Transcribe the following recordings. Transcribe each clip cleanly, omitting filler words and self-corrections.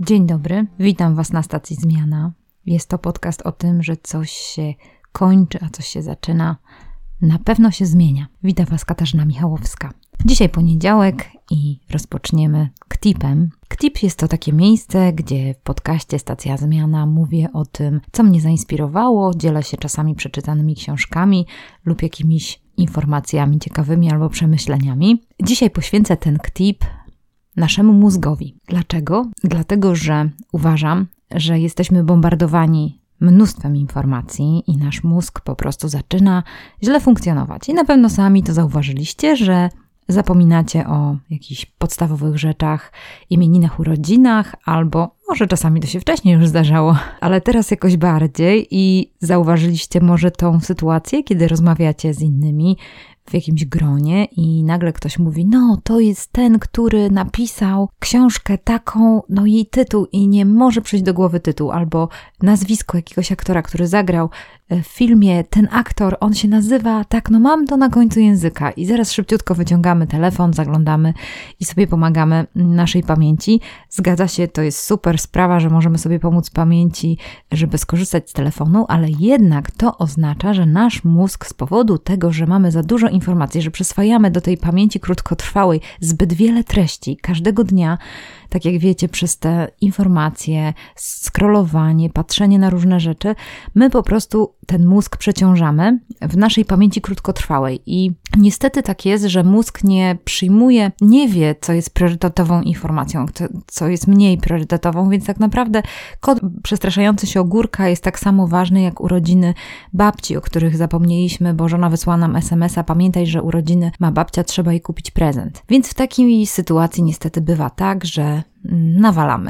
Dzień dobry, witam Was na stacji Zmiana. Jest to podcast o tym, że coś się kończy, a coś się zaczyna. Na pewno się zmienia. Witam Was Katarzyna Michałowska. Dzisiaj poniedziałek i rozpoczniemy KTIP-em. KTIP jest to takie miejsce, gdzie w podcaście Stacja Zmiana mówię o tym, co mnie zainspirowało, dzielę się czasami przeczytanymi książkami lub jakimiś informacjami ciekawymi albo przemyśleniami. Dzisiaj poświęcę ten KTIP naszemu mózgowi. Dlaczego? Dlatego, że uważam, że jesteśmy bombardowani mnóstwem informacji i nasz mózg po prostu zaczyna źle funkcjonować. I na pewno sami to zauważyliście, że zapominacie o jakichś podstawowych rzeczach, imieninach, urodzinach, albo może czasami to się wcześniej już zdarzało, ale teraz jakoś bardziej i zauważyliście może tą sytuację, kiedy rozmawiacie z innymi w jakimś gronie i nagle ktoś mówi, no to jest ten, który napisał książkę taką, no jej tytuł i nie może przyjść do głowy tytuł, albo nazwisko jakiegoś aktora, który zagrał w filmie, ten aktor, on się nazywa tak, no mam to na końcu języka i zaraz szybciutko wyciągamy telefon, zaglądamy i sobie pomagamy naszej pamięci. Zgadza się, to jest super sprawa, że możemy sobie pomóc pamięci, żeby skorzystać z telefonu, ale jednak to oznacza, że nasz mózg z powodu tego, że mamy za dużo informacji, że przyswajamy do tej pamięci krótkotrwałej zbyt wiele treści każdego dnia, tak jak wiecie, przez te informacje, scrollowanie, patrzenie na różne rzeczy, my po prostu ten mózg przeciążamy w naszej pamięci krótkotrwałej i niestety tak jest, że mózg nie przyjmuje, nie wie, co jest priorytetową informacją, co jest mniej priorytetową, więc tak naprawdę kod przestraszający się ogórka jest tak samo ważny jak urodziny babci, o których zapomnieliśmy, bo żona wysłała nam SMS-a, pamiętaj, że urodziny ma babcia, trzeba jej kupić prezent. Więc w takiej sytuacji niestety bywa tak, że nawalamy.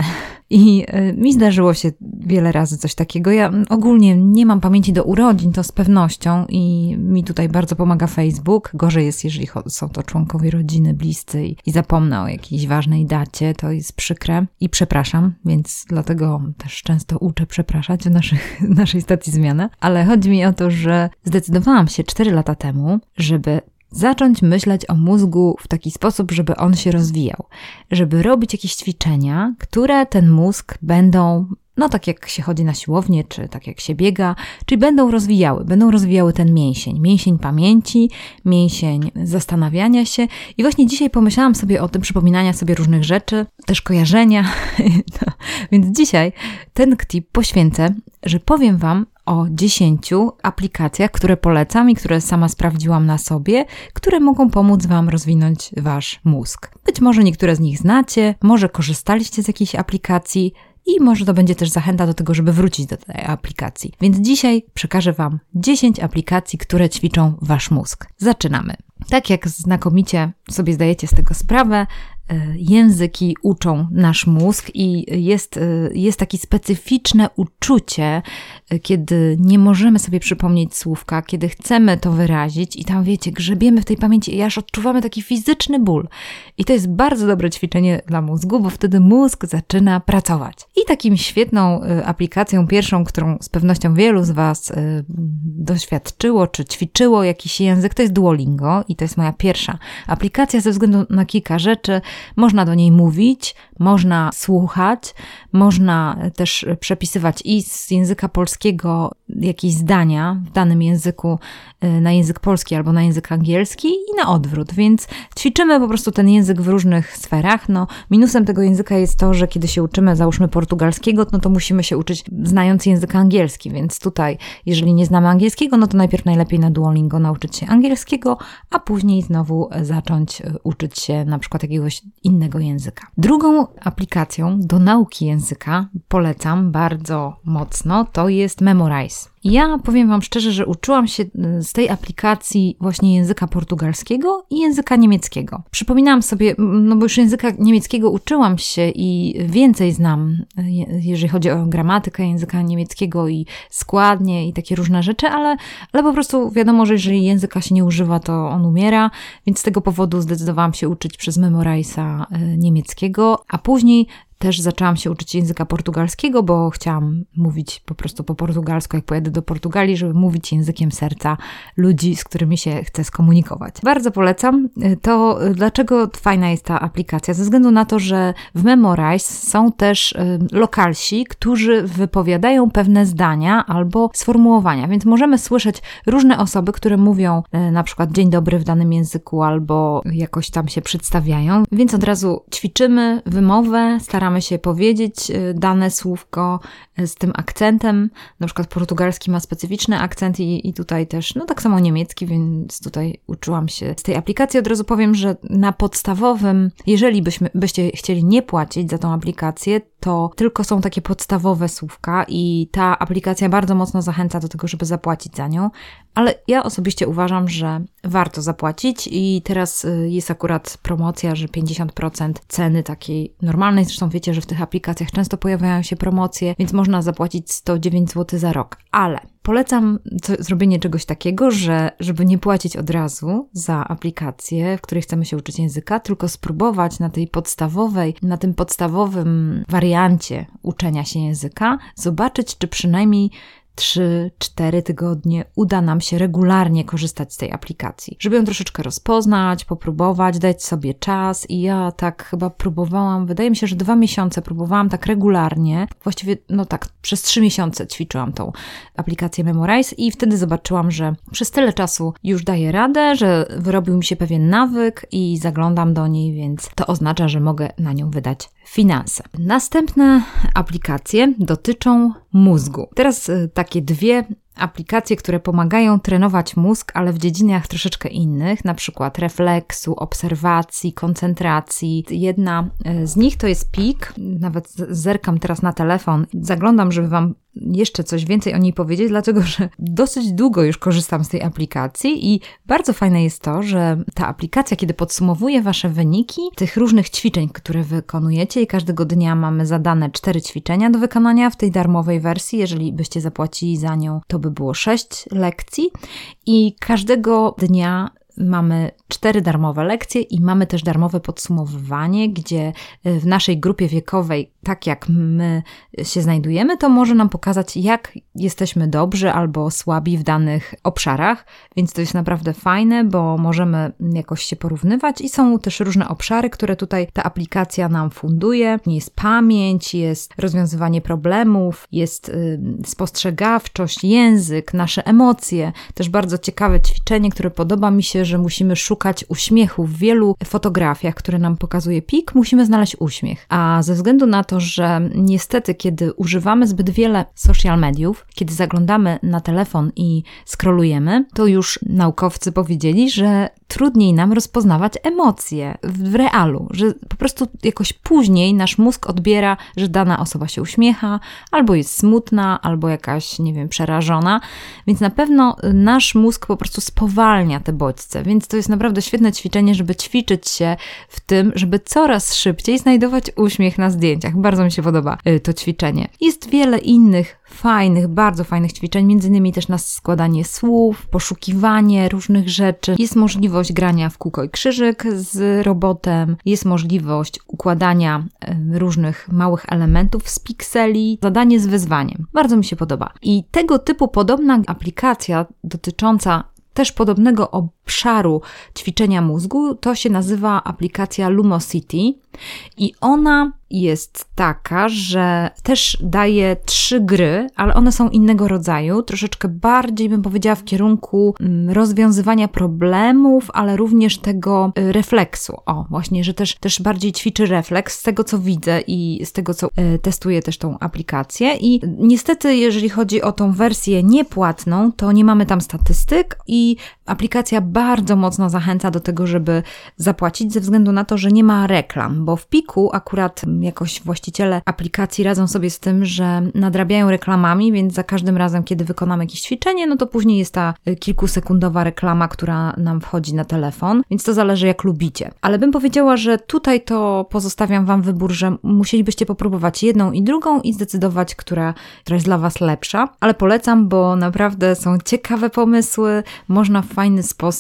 I mi zdarzyło się wiele razy coś takiego. Ja ogólnie nie mam pamięci do urodzin, to z pewnością i mi tutaj bardzo pomaga Facebook. Gorzej jest, jeżeli są to członkowie rodziny, bliscy i zapomnę o jakiejś ważnej dacie, to jest przykre i przepraszam, więc dlatego też często uczę przepraszać w naszej stacji Zmiana. Ale chodzi mi o to, że zdecydowałam się 4 lata temu, żeby zacząć myśleć o mózgu w taki sposób, żeby on się rozwijał, żeby robić jakieś ćwiczenia, które ten mózg będą, no tak jak się chodzi na siłownię, czy tak jak się biega, czyli będą rozwijały ten mięsień pamięci, mięsień zastanawiania się i właśnie dzisiaj pomyślałam sobie o tym, przypominania sobie różnych rzeczy, też kojarzenia, no, więc dzisiaj ten KTIP poświęcę, że powiem Wam o 10 aplikacjach, które polecam i które sama sprawdziłam na sobie, które mogą pomóc Wam rozwinąć Wasz mózg. Być może niektóre z nich znacie, może korzystaliście z jakiejś aplikacji i może to będzie też zachęta do tego, żeby wrócić do tej aplikacji. Więc dzisiaj przekażę Wam 10 aplikacji, które ćwiczą Wasz mózg. Zaczynamy. Tak jak znakomicie sobie zdajecie z tego sprawę, języki uczą nasz mózg i jest takie specyficzne uczucie, kiedy nie możemy sobie przypomnieć słówka, kiedy chcemy to wyrazić i tam wiecie, grzebiemy w tej pamięci i aż odczuwamy taki fizyczny ból. I to jest bardzo dobre ćwiczenie dla mózgu, bo wtedy mózg zaczyna pracować. I takim świetną aplikacją, pierwszą, którą z pewnością wielu z Was doświadczyło czy ćwiczyło jakiś język, to jest Duolingo i to jest moja pierwsza aplikacja ze względu na kilka rzeczy. Można do niej mówić, można słuchać, można też przepisywać i z języka polskiego jakieś zdania w danym języku na język polski albo na język angielski i na odwrót, więc ćwiczymy po prostu ten język w różnych sferach. No, minusem tego języka jest to, że kiedy się uczymy, załóżmy portugalskiego, no to musimy się uczyć znając język angielski, więc tutaj, jeżeli nie znamy angielskiego, no to najpierw najlepiej na Duolingo nauczyć się angielskiego, a później znowu zacząć uczyć się na przykład jakiegoś innego języka. Drugą aplikacją do nauki języka polecam bardzo mocno, to jest Memorize. Ja powiem Wam szczerze, że uczyłam się z tej aplikacji właśnie języka portugalskiego i języka niemieckiego. Przypominałam sobie, no bo już języka niemieckiego uczyłam się i więcej znam, jeżeli chodzi o gramatykę języka niemieckiego i składnie i takie różne rzeczy, ale po prostu wiadomo, że jeżeli języka się nie używa, to on umiera, więc z tego powodu zdecydowałam się uczyć przez Memorize'a niemieckiego, a później też zaczęłam się uczyć języka portugalskiego, bo chciałam mówić po prostu po portugalsku, jak pojadę do Portugalii, żeby mówić językiem serca ludzi, z którymi się chcę skomunikować. Bardzo polecam. To dlaczego fajna jest ta aplikacja? Ze względu na to, że w Memorize są też lokalsi, którzy wypowiadają pewne zdania albo sformułowania, więc możemy słyszeć różne osoby, które mówią na przykład dzień dobry w danym języku albo jakoś tam się przedstawiają, więc od razu ćwiczymy wymowę, staramy się powiedzieć dane słówko z tym akcentem. Na przykład portugalski ma specyficzny akcent i tutaj też, no tak samo niemiecki, więc tutaj uczyłam się z tej aplikacji. Od razu powiem, że na podstawowym, jeżeli byście chcieli nie płacić za tą aplikację, to tylko są takie podstawowe słówka i ta aplikacja bardzo mocno zachęca do tego, żeby zapłacić za nią, ale ja osobiście uważam, że warto zapłacić i teraz jest akurat promocja, że 50% ceny takiej normalnej, zresztą wiecie, że w tych aplikacjach często pojawiają się promocje, więc można zapłacić 109 zł za rok, ale polecam zrobienie czegoś takiego, że żeby nie płacić od razu za aplikację, w której chcemy się uczyć języka, tylko spróbować na tym podstawowym wariancie uczenia się języka, zobaczyć, czy przynajmniej 3-4 tygodnie uda nam się regularnie korzystać z tej aplikacji. Żeby ją troszeczkę rozpoznać, popróbować, dać sobie czas i ja tak chyba próbowałam, wydaje mi się, że 2 miesiące próbowałam tak regularnie, właściwie no tak przez 3 miesiące ćwiczyłam tą aplikację Memorize i wtedy zobaczyłam, że przez tyle czasu już daję radę, że wyrobił mi się pewien nawyk i zaglądam do niej, więc to oznacza, że mogę na nią wydać finanse. Następne aplikacje dotyczą mózgu. Teraz takie 2 aplikacje, które pomagają trenować mózg, ale w dziedzinach troszeczkę innych, na przykład refleksu, obserwacji, koncentracji. Jedna z nich to jest Peak. Nawet zerkam teraz na telefon, zaglądam, żeby Wam jeszcze coś więcej o niej powiedzieć, dlatego że dosyć długo już korzystam z tej aplikacji i bardzo fajne jest to, że ta aplikacja, kiedy podsumowuje Wasze wyniki tych różnych ćwiczeń, które wykonujecie i każdego dnia mamy zadane 4 ćwiczenia do wykonania w tej darmowej wersji, jeżeli byście zapłacili za nią, to by było 6 lekcji i każdego dnia mamy 4 darmowe lekcje i mamy też darmowe podsumowywanie, gdzie w naszej grupie wiekowej, tak jak my się znajdujemy, to może nam pokazać, jak jesteśmy dobrzy albo słabi w danych obszarach, więc to jest naprawdę fajne, bo możemy jakoś się porównywać i są też różne obszary, które tutaj ta aplikacja nam funduje. Jest pamięć, jest rozwiązywanie problemów, jest spostrzegawczość, język, nasze emocje. Też bardzo ciekawe ćwiczenie, które podoba mi się, że musimy szukać uśmiechu. W wielu fotografiach, które nam pokazuje Peak, musimy znaleźć uśmiech. A ze względu na to, że niestety, kiedy używamy zbyt wiele social mediów, kiedy zaglądamy na telefon i scrollujemy, to już naukowcy powiedzieli, że trudniej nam rozpoznawać emocje w realu, że po prostu jakoś później nasz mózg odbiera, że dana osoba się uśmiecha, albo jest smutna, albo jakaś, nie wiem, przerażona, więc na pewno nasz mózg po prostu spowalnia te bodźce, więc to jest naprawdę świetne ćwiczenie, żeby ćwiczyć się w tym, żeby coraz szybciej znajdować uśmiech na zdjęciach. Bardzo mi się podoba to ćwiczenie. Jest wiele innych fajnych, bardzo fajnych ćwiczeń, między innymi też na składanie słów, poszukiwanie różnych rzeczy. Jest możliwość grania w kółko i krzyżyk z robotem, jest możliwość układania różnych małych elementów z pikseli, zadanie z wyzwaniem. Bardzo mi się podoba. I tego typu podobna aplikacja dotycząca też podobnego obszaru ćwiczenia mózgu, to się nazywa aplikacja Lumosity i ona jest taka, że też daje 3 gry, ale one są innego rodzaju, troszeczkę bardziej bym powiedziała w kierunku rozwiązywania problemów, ale również tego refleksu. O, właśnie, że też bardziej ćwiczy refleks z tego, co widzę i z tego, co testuję też tą aplikację i niestety, jeżeli chodzi o tą wersję niepłatną, to nie mamy tam statystyk i aplikacja bardzo mocno zachęca do tego, żeby zapłacić ze względu na to, że nie ma reklam, bo w Piku akurat jakoś właściciele aplikacji radzą sobie z tym, że nadrabiają reklamami, więc za każdym razem, kiedy wykonamy jakieś ćwiczenie, no to później jest ta kilkusekundowa reklama, która nam wchodzi na telefon, więc to zależy jak lubicie. Ale bym powiedziała, że tutaj to pozostawiam Wam wybór, że musielibyście popróbować jedną i drugą i zdecydować, która jest dla Was lepsza, ale polecam, bo naprawdę są ciekawe pomysły, można w fajny sposób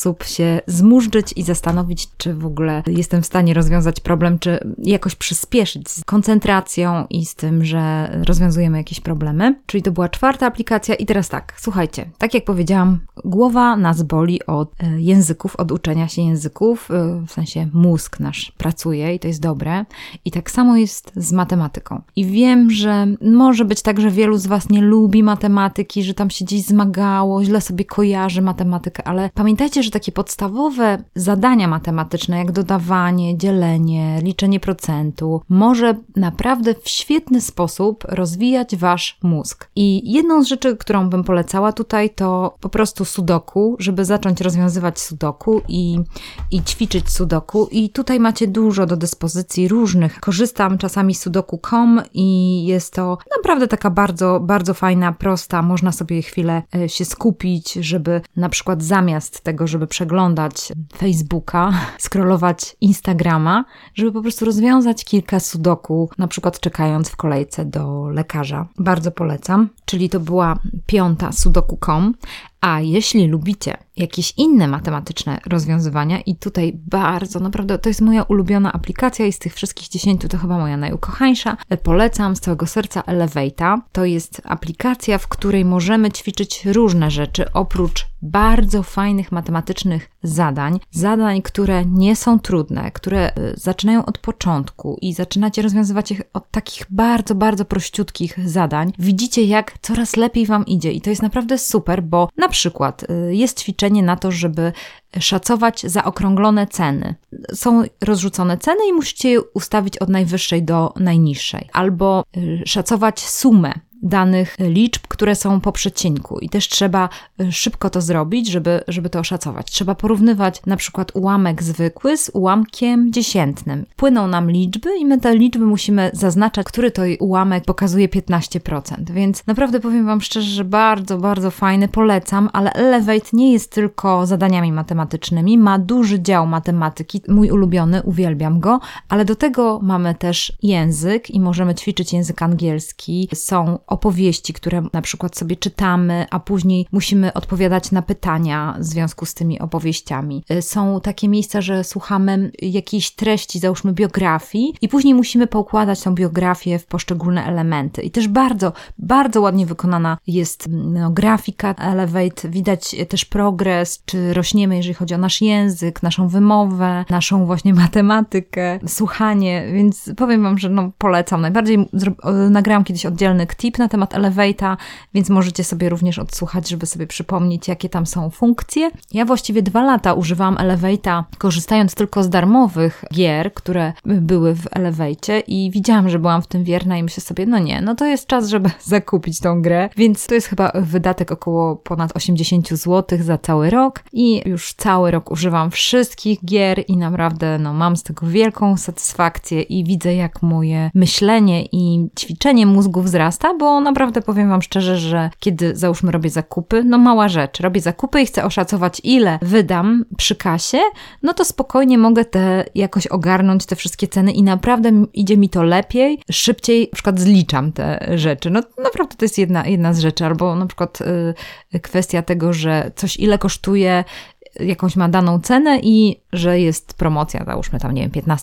sposób się zmurzyć i zastanowić, czy w ogóle jestem w stanie rozwiązać problem, czy jakoś przyspieszyć z koncentracją i z tym, że rozwiązujemy jakieś problemy. Czyli to była 4. aplikacja i teraz tak, słuchajcie, tak jak powiedziałam, głowa nas boli od języków, od uczenia się języków, w sensie mózg nasz pracuje i to jest dobre. I tak samo jest z matematyką. I wiem, że może być tak, że wielu z Was nie lubi matematyki, że tam się gdzieś zmagało, źle sobie kojarzy matematykę, ale pamiętajcie, że takie podstawowe zadania matematyczne, jak dodawanie, dzielenie, liczenie procentu, może naprawdę w świetny sposób rozwijać Wasz mózg. I jedną z rzeczy, którą bym polecała tutaj, to po prostu sudoku, żeby zacząć rozwiązywać sudoku i ćwiczyć sudoku. I tutaj macie dużo do dyspozycji różnych. Korzystam czasami z sudoku.com i jest to naprawdę taka bardzo, bardzo fajna, prosta. Można sobie chwilę się skupić, żeby na przykład zamiast tego, żeby przeglądać Facebooka, scrollować Instagrama, żeby po prostu rozwiązać kilka sudoku, na przykład czekając w kolejce do lekarza. Bardzo polecam. Czyli to była 5. sudoku.com. A jeśli lubicie jakieś inne matematyczne rozwiązywania i tutaj bardzo, naprawdę to jest moja ulubiona aplikacja i z tych wszystkich 10 to chyba moja najukochańsza. Polecam z całego serca Elevate. To jest aplikacja, w której możemy ćwiczyć różne rzeczy oprócz bardzo fajnych matematycznych zadań, które nie są trudne, które zaczynają od początku i zaczynacie rozwiązywać ich od takich bardzo, bardzo prościutkich zadań. Widzicie, jak coraz lepiej Wam idzie i to jest naprawdę super, bo na przykład jest ćwiczenie na to, żeby szacować zaokrąglone ceny. Są rozrzucone ceny i musicie je ustawić od najwyższej do najniższej. Albo szacować sumę danych liczb, które są po przecinku i też trzeba szybko to zrobić, żeby to oszacować. Trzeba porównywać na przykład ułamek zwykły z ułamkiem dziesiętnym. Płyną nam liczby i my te liczby musimy zaznaczać, który to ułamek pokazuje 15%. Więc naprawdę powiem Wam szczerze, że bardzo, bardzo fajny, polecam, ale Elevate nie jest tylko zadaniami matematycznymi, ma duży dział matematyki, mój ulubiony, uwielbiam go, ale do tego mamy też język i możemy ćwiczyć język angielski. Są opowieści, które na przykład sobie czytamy, a później musimy odpowiadać na pytania w związku z tymi opowieściami. Są takie miejsca, że słuchamy jakiejś treści, załóżmy biografii i później musimy poukładać tą biografię w poszczególne elementy. I też bardzo, bardzo ładnie wykonana jest grafika Elevate. Widać też progres, czy rośniemy, jeżeli chodzi o nasz język, naszą wymowę, naszą właśnie matematykę, słuchanie, więc powiem Wam, że polecam. Najbardziej nagrałam kiedyś oddzielny tip na temat Elevate'a, więc możecie sobie również odsłuchać, żeby sobie przypomnieć, jakie tam są funkcje. Ja właściwie 2 lata używałam Elevate'a, korzystając tylko z darmowych gier, które były w Elevate'cie i widziałam, że byłam w tym wierna i myślę sobie, to jest czas, żeby zakupić tą grę, więc to jest chyba wydatek około ponad 80 zł za cały rok i już cały rok używam wszystkich gier i naprawdę mam z tego wielką satysfakcję i widzę, jak moje myślenie i ćwiczenie mózgu wzrasta, bo naprawdę powiem Wam szczerze, że kiedy załóżmy robię zakupy, mała rzecz, robię zakupy i chcę oszacować, ile wydam przy kasie, to spokojnie mogę jakoś ogarnąć te wszystkie ceny i naprawdę idzie mi to lepiej, szybciej na przykład zliczam te rzeczy. Naprawdę to jest jedna z rzeczy, albo na przykład kwestia tego, że coś ile kosztuje, jakąś ma daną cenę i że jest promocja, załóżmy tam,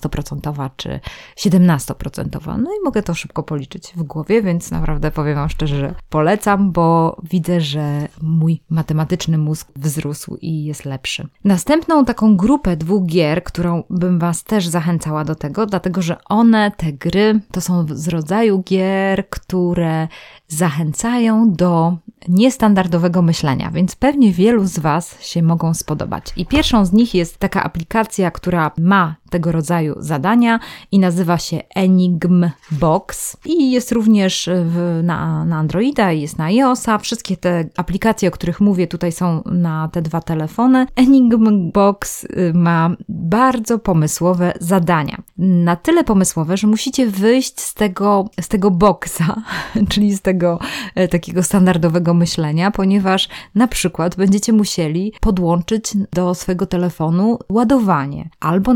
15% czy 17%. I mogę to szybko policzyć w głowie, więc naprawdę powiem Wam szczerze, że polecam, bo widzę, że mój matematyczny mózg wzrósł i jest lepszy. Następną taką grupę 2 gier, którą bym Was też zachęcała do tego, dlatego, że te gry, to są z rodzaju gier, które zachęcają do niestandardowego myślenia, więc pewnie wielu z Was się mogą spodobać. I pierwszą z nich jest taka aplikacja, która ma tego rodzaju zadania i nazywa się Enigm Box i jest również na Androida i jest na iOS-a. Wszystkie te aplikacje, o których mówię, tutaj są na te 2 telefony. Enigm Box ma bardzo pomysłowe zadania. Na tyle pomysłowe, że musicie wyjść z tego boksa, czyli z tego takiego standardowego myślenia, ponieważ na przykład będziecie musieli podłączyć do swojego telefonu ładowanie, albo na przykład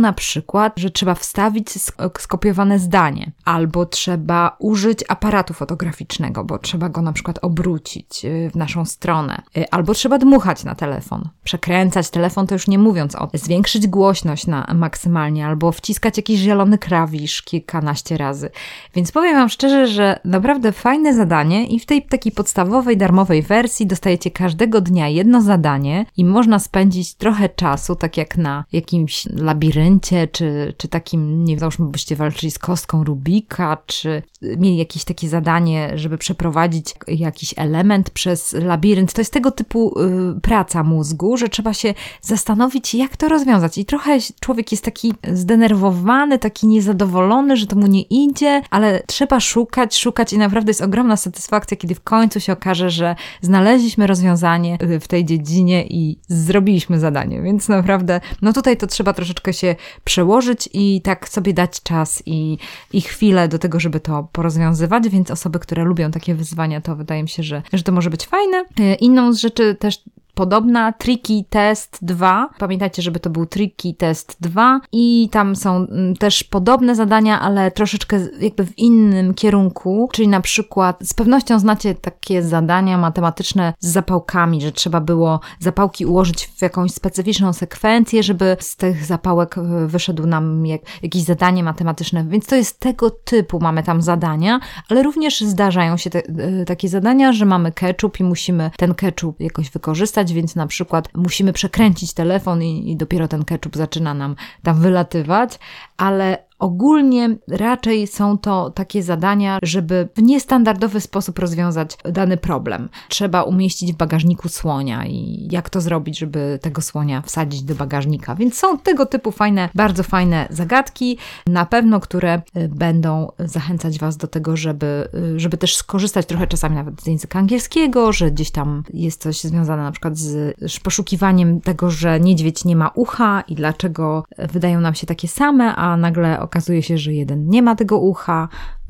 przykład, że trzeba wstawić skopiowane zdanie, albo trzeba użyć aparatu fotograficznego, bo trzeba go na przykład obrócić w naszą stronę, albo trzeba dmuchać na telefon, przekręcać telefon, to już nie mówiąc o tym, zwiększyć głośność na maksymalnie, albo wciskać jakiś zielony klawisz kilkanaście razy. Więc powiem Wam szczerze, że naprawdę fajne zadanie i w tej takiej podstawowej, darmowej wersji dostajecie każdego dnia jedno zadanie i można spędzić trochę czasu, tak jak na jakimś labiryncie, czy takim, nie wiem, załóżmy, byście walczyli z kostką Rubika, czy mieli jakieś takie zadanie, żeby przeprowadzić jakiś element przez labirynt. To jest tego typu praca mózgu, że trzeba się zastanowić, jak to rozwiązać. I trochę człowiek jest taki zdenerwowany, taki niezadowolony, że to mu nie idzie, ale trzeba szukać i naprawdę jest ogromna satysfakcja, kiedy w końcu się okaże, że znaleźliśmy rozwiązanie w tej dziedzinie i zrobiliśmy zadanie. Więc naprawdę, no tutaj to trzeba troszeczkę się przełożyć i tak sobie dać czas i chwilę do tego, żeby to porozwiązywać, więc osoby, które lubią takie wyzwania, to wydaje mi się, że to może być fajne. Inną z rzeczy też podobna, Tricky Test 2. Pamiętajcie, żeby to był Tricky Test 2 i tam są też podobne zadania, ale troszeczkę jakby w innym kierunku, czyli na przykład z pewnością znacie takie zadania matematyczne z zapałkami, że trzeba było zapałki ułożyć w jakąś specyficzną sekwencję, żeby z tych zapałek wyszedł nam jakieś zadanie matematyczne, więc to jest tego typu, mamy tam zadania, ale również zdarzają się takie zadania, że mamy ketchup i musimy ten ketchup jakoś wykorzystać, więc na przykład musimy przekręcić telefon i dopiero ten ketchup zaczyna nam tam wylatywać, ale ogólnie raczej są to takie zadania, żeby w niestandardowy sposób rozwiązać dany problem. Trzeba umieścić w bagażniku słonia i jak to zrobić, żeby tego słonia wsadzić do bagażnika. Więc są tego typu fajne, bardzo fajne zagadki, na pewno, które będą zachęcać Was do tego, żeby też skorzystać trochę czasami nawet z języka angielskiego, że gdzieś tam jest coś związane na przykład z poszukiwaniem tego, że niedźwiedź nie ma ucha i dlaczego wydają nam się takie same, a nagle okazuje się, że jeden nie ma tego ucha,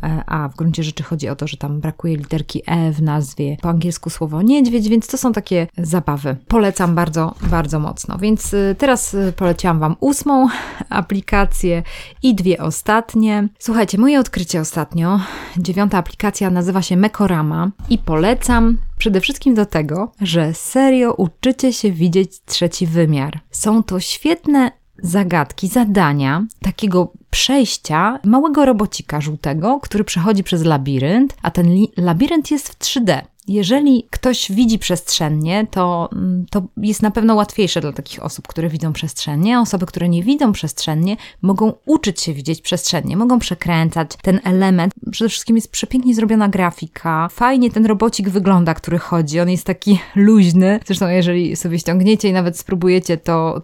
a w gruncie rzeczy chodzi o to, że tam brakuje literki E w nazwie, po angielsku słowo niedźwiedź, więc to są takie zabawy. Polecam bardzo, bardzo mocno. Więc teraz poleciłam Wam 8. aplikację i 2 ostatnie. Słuchajcie, moje odkrycie ostatnio, 9. aplikacja nazywa się Mekorama i polecam przede wszystkim do tego, że serio uczycie się widzieć trzeci wymiar. Są to świetne zagadki, zadania takiego przejścia małego robocika żółtego, który przechodzi przez labirynt, a ten labirynt jest w 3D. Jeżeli ktoś widzi przestrzennie, to jest na pewno łatwiejsze dla takich osób, które widzą przestrzennie. Osoby, które nie widzą przestrzennie, mogą uczyć się widzieć przestrzennie, mogą przekręcać ten element. Przede wszystkim jest przepięknie zrobiona grafika. Fajnie ten robocik wygląda, który chodzi. On jest taki luźny. Zresztą jeżeli sobie ściągniecie i nawet spróbujecie, to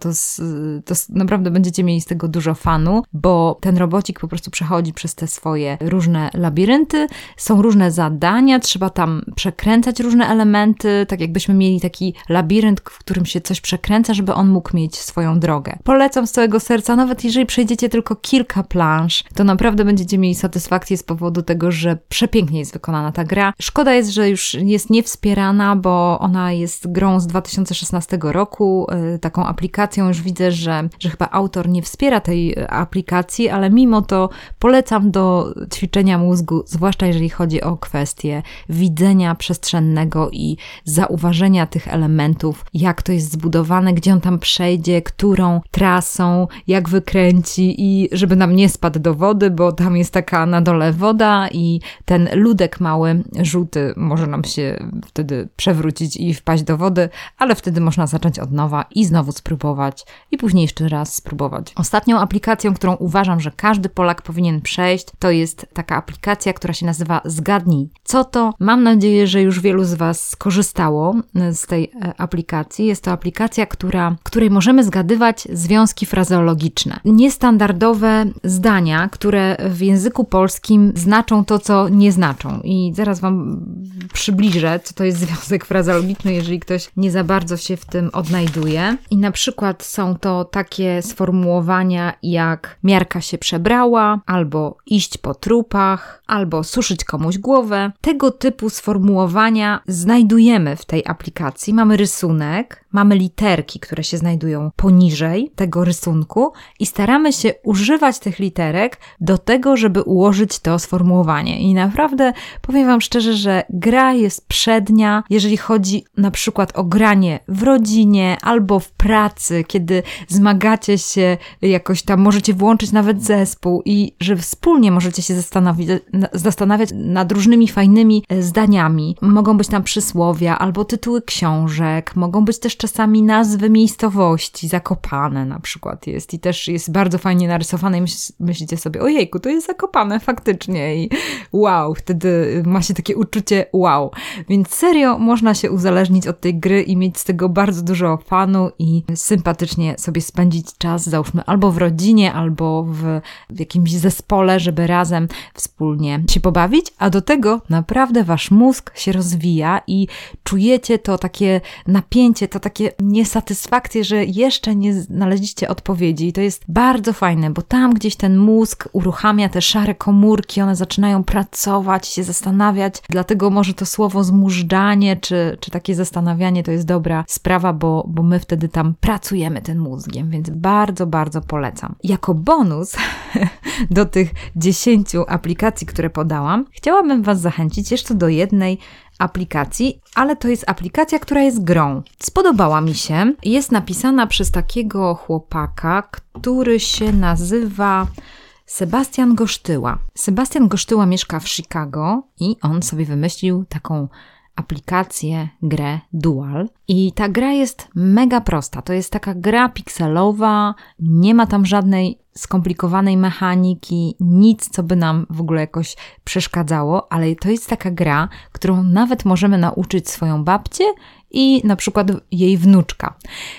naprawdę będziecie mieli z tego dużo fanu, bo ten robocik po prostu przechodzi przez te swoje różne labirynty. Są różne zadania, trzeba tam przekręcać różne elementy, tak jakbyśmy mieli taki labirynt, w którym się coś przekręca, żeby on mógł mieć swoją drogę. Polecam z całego serca, nawet jeżeli przejdziecie tylko kilka planż, to naprawdę będziecie mieli satysfakcję z powodu tego, że przepięknie jest wykonana ta gra. Szkoda jest, że już jest niewspierana, bo ona jest grą z 2016 roku, taką aplikacją. Już widzę, że chyba autor nie wspiera tej aplikacji, ale mimo to polecam do ćwiczenia mózgu, zwłaszcza jeżeli chodzi o kwestię widzenia przestrzennego i zauważenia tych elementów, jak to jest zbudowane, gdzie on tam przejdzie, którą trasą, jak wykręci i żeby nam nie spadł do wody, bo tam jest taka na dole woda i ten ludek mały, żółty może nam się wtedy przewrócić i wpaść do wody, ale wtedy można zacząć od nowa i znowu spróbować i później jeszcze raz spróbować. Ostatnią aplikacją, którą uważam, że każdy Polak powinien przejść, to jest taka aplikacja, która się nazywa Zgadnij. Co to? Mam nadzieję, że już wielu z Was skorzystało z tej aplikacji. Jest to aplikacja, której możemy zgadywać związki frazeologiczne. Niestandardowe zdania, które w języku polskim znaczą to, co nie znaczą. I zaraz Wam przybliżę, co to jest związek frazeologiczny, jeżeli ktoś nie za bardzo się w tym odnajduje. I na przykład są to takie sformułowania jak miarka się przebrała, albo iść po trupach, albo suszyć komuś głowę. Tego typu sformułowania sformułowania znajdujemy w tej aplikacji. Mamy rysunek, mamy literki, które się znajdują poniżej tego rysunku i staramy się używać tych literek do tego, żeby ułożyć to sformułowanie. I naprawdę powiem Wam szczerze, że gra jest przednia, jeżeli chodzi na przykład o granie w rodzinie albo w pracy, kiedy zmagacie się jakoś tam, możecie włączyć nawet zespół i że wspólnie możecie się zastanawiać nad różnymi fajnymi zdaniami. Mogą być tam przysłowia albo tytuły książek, mogą być też czasami nazwy miejscowości, Zakopane na przykład jest i też jest bardzo fajnie narysowane i myślicie sobie, ojejku, to jest Zakopane faktycznie i wow, wtedy ma się takie uczucie wow. Więc serio można się uzależnić od tej gry i mieć z tego bardzo dużo fanu i sympatycznie sobie spędzić czas, załóżmy albo w rodzinie, albo w jakimś zespole, żeby razem wspólnie się pobawić, a do tego naprawdę wasz mózg się rozwija i czujecie to takie napięcie, to takie niesatysfakcję, że jeszcze nie znaleźliście odpowiedzi i to jest bardzo fajne, bo tam gdzieś ten mózg uruchamia te szare komórki, one zaczynają pracować, się zastanawiać, dlatego może to słowo zmużdżanie, czy takie zastanawianie to jest dobra sprawa, bo my wtedy tam pracujemy tym mózgiem, więc bardzo, bardzo polecam. Jako bonus do tych 10 aplikacji, które podałam, chciałabym Was zachęcić jeszcze do jednej aplikacji, ale to jest aplikacja, która jest grą. Spodobała mi się. Jest napisana przez takiego chłopaka, który się nazywa Sebastian Gosztyła. Sebastian Gosztyła mieszka w Chicago i on sobie wymyślił taką aplikację, grę Dual. I ta gra jest mega prosta. To jest taka gra pikselowa, nie ma tam żadnej skomplikowanej mechaniki, nic, co by nam w ogóle jakoś przeszkadzało, ale to jest taka gra, którą nawet możemy nauczyć swoją babcię i na przykład jej wnuczka,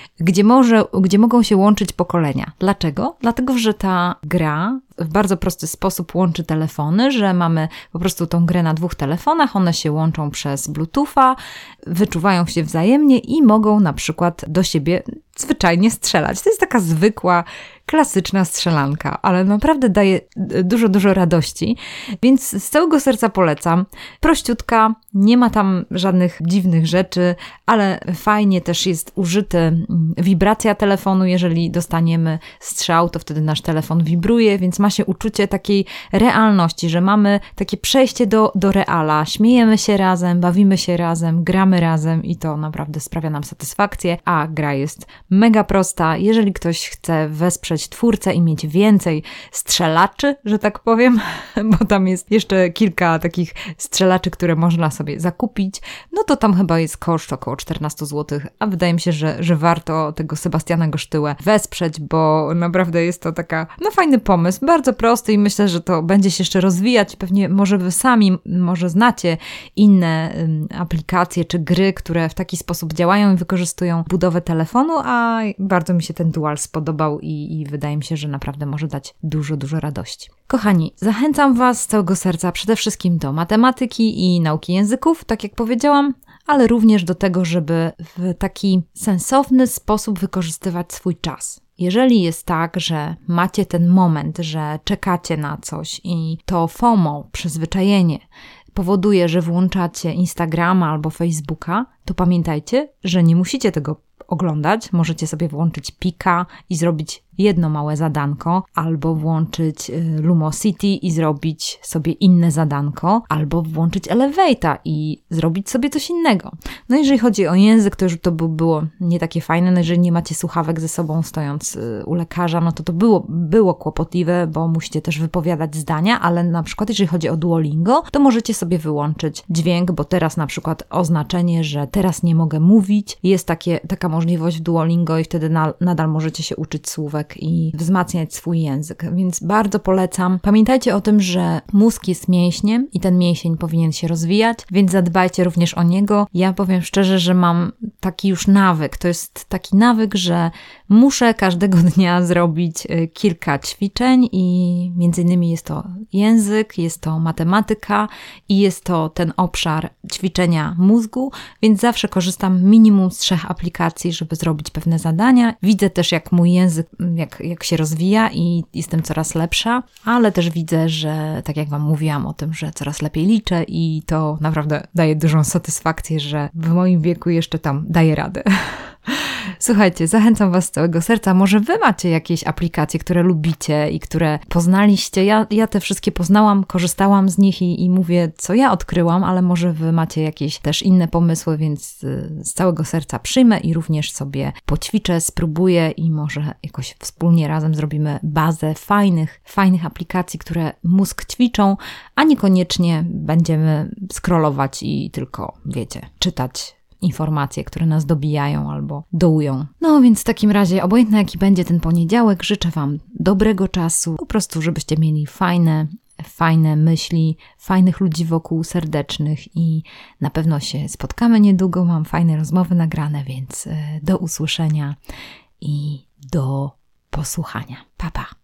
gdzie mogą się łączyć pokolenia. Dlaczego? Dlatego, że ta gra w bardzo prosty sposób łączy telefony, że mamy po prostu tą grę na 2 telefonach, one się łączą przez Bluetootha, wyczuwają się wzajemnie i mogą na przykład do siebie zwyczajnie strzelać. To jest taka zwykła, klasyczna strzelanka, ale naprawdę daje dużo, dużo radości, więc z całego serca polecam. Prościutka, nie ma tam żadnych dziwnych rzeczy, ale fajnie też jest użyty wibracja telefonu, jeżeli dostaniemy strzał, to wtedy nasz telefon wibruje, więc ma się uczucie takiej realności, że mamy takie przejście do reala, śmiejemy się razem, bawimy się razem, gramy razem i to naprawdę sprawia nam satysfakcję, a gra jest mega prosta. Jeżeli ktoś chce wesprzeć twórcę i mieć więcej strzelaczy, że tak powiem, bo tam jest jeszcze kilka takich strzelaczy, które można sobie zakupić, no to tam chyba jest koszt około 14 zł, a wydaje mi się, że warto tego Sebastiana Gosztyłę wesprzeć, bo naprawdę jest to taka, fajny pomysł, bardzo prosty i myślę, że to będzie się jeszcze rozwijać. Pewnie może wy sami może znacie inne aplikacje czy gry, które w taki sposób działają i wykorzystują budowę telefonu, a bardzo mi się ten Dual spodobał i wydaje mi się, że naprawdę może dać dużo, dużo radości. Kochani, zachęcam Was z całego serca przede wszystkim do matematyki i nauki języków, tak jak powiedziałam, ale również do tego, żeby w taki sensowny sposób wykorzystywać swój czas. Jeżeli jest tak, że macie ten moment, że czekacie na coś i to FOMO, przyzwyczajenie, powoduje, że włączacie Instagrama albo Facebooka, to pamiętajcie, że nie musicie tego oglądać. Możecie sobie włączyć Pika i zrobić jedno małe zadanko, albo włączyć Lumosity i zrobić sobie inne zadanko, albo włączyć Elevate'a i zrobić sobie coś innego. No jeżeli chodzi o język, to już to było nie takie fajne, no jeżeli nie macie słuchawek ze sobą stojąc u lekarza, no to było kłopotliwe, bo musicie też wypowiadać zdania, ale na przykład jeżeli chodzi o Duolingo, to możecie sobie wyłączyć dźwięk, bo teraz na przykład oznaczenie, że teraz nie mogę mówić, jest taka możliwość w Duolingo i wtedy nadal możecie się uczyć słówek i wzmacniać swój język, więc bardzo polecam. Pamiętajcie o tym, że mózg jest mięśniem i ten mięsień powinien się rozwijać, więc zadbajcie również o niego. Ja powiem szczerze, że mam taki już nawyk. To jest taki nawyk, że muszę każdego dnia zrobić kilka ćwiczeń i między innymi jest to język, jest to matematyka i jest to ten obszar ćwiczenia mózgu, więc zawsze korzystam minimum z 3 aplikacji, żeby zrobić pewne zadania. Widzę też, jak mój język jak się rozwija i jestem coraz lepsza, ale też widzę, że tak jak Wam mówiłam o tym, że coraz lepiej liczę i to naprawdę daje dużą satysfakcję, że w moim wieku jeszcze tam daję radę. Słuchajcie, zachęcam Was z całego serca. Może Wy macie jakieś aplikacje, które lubicie i które poznaliście. Ja te wszystkie poznałam, korzystałam z nich i mówię, co ja odkryłam, ale może Wy macie jakieś też inne pomysły, więc z całego serca przyjmę i również sobie poćwiczę, spróbuję i może jakoś wspólnie razem zrobimy bazę fajnych aplikacji, które mózg ćwiczą, a niekoniecznie będziemy scrollować i tylko, wiecie, czytać informacje, które nas dobijają albo dołują. No więc w takim razie, obojętnie jaki będzie ten poniedziałek, życzę Wam dobrego czasu, po prostu żebyście mieli fajne myśli, fajnych ludzi wokół, serdecznych i na pewno się spotkamy niedługo, mam fajne rozmowy nagrane, więc do usłyszenia i do posłuchania. Pa, pa!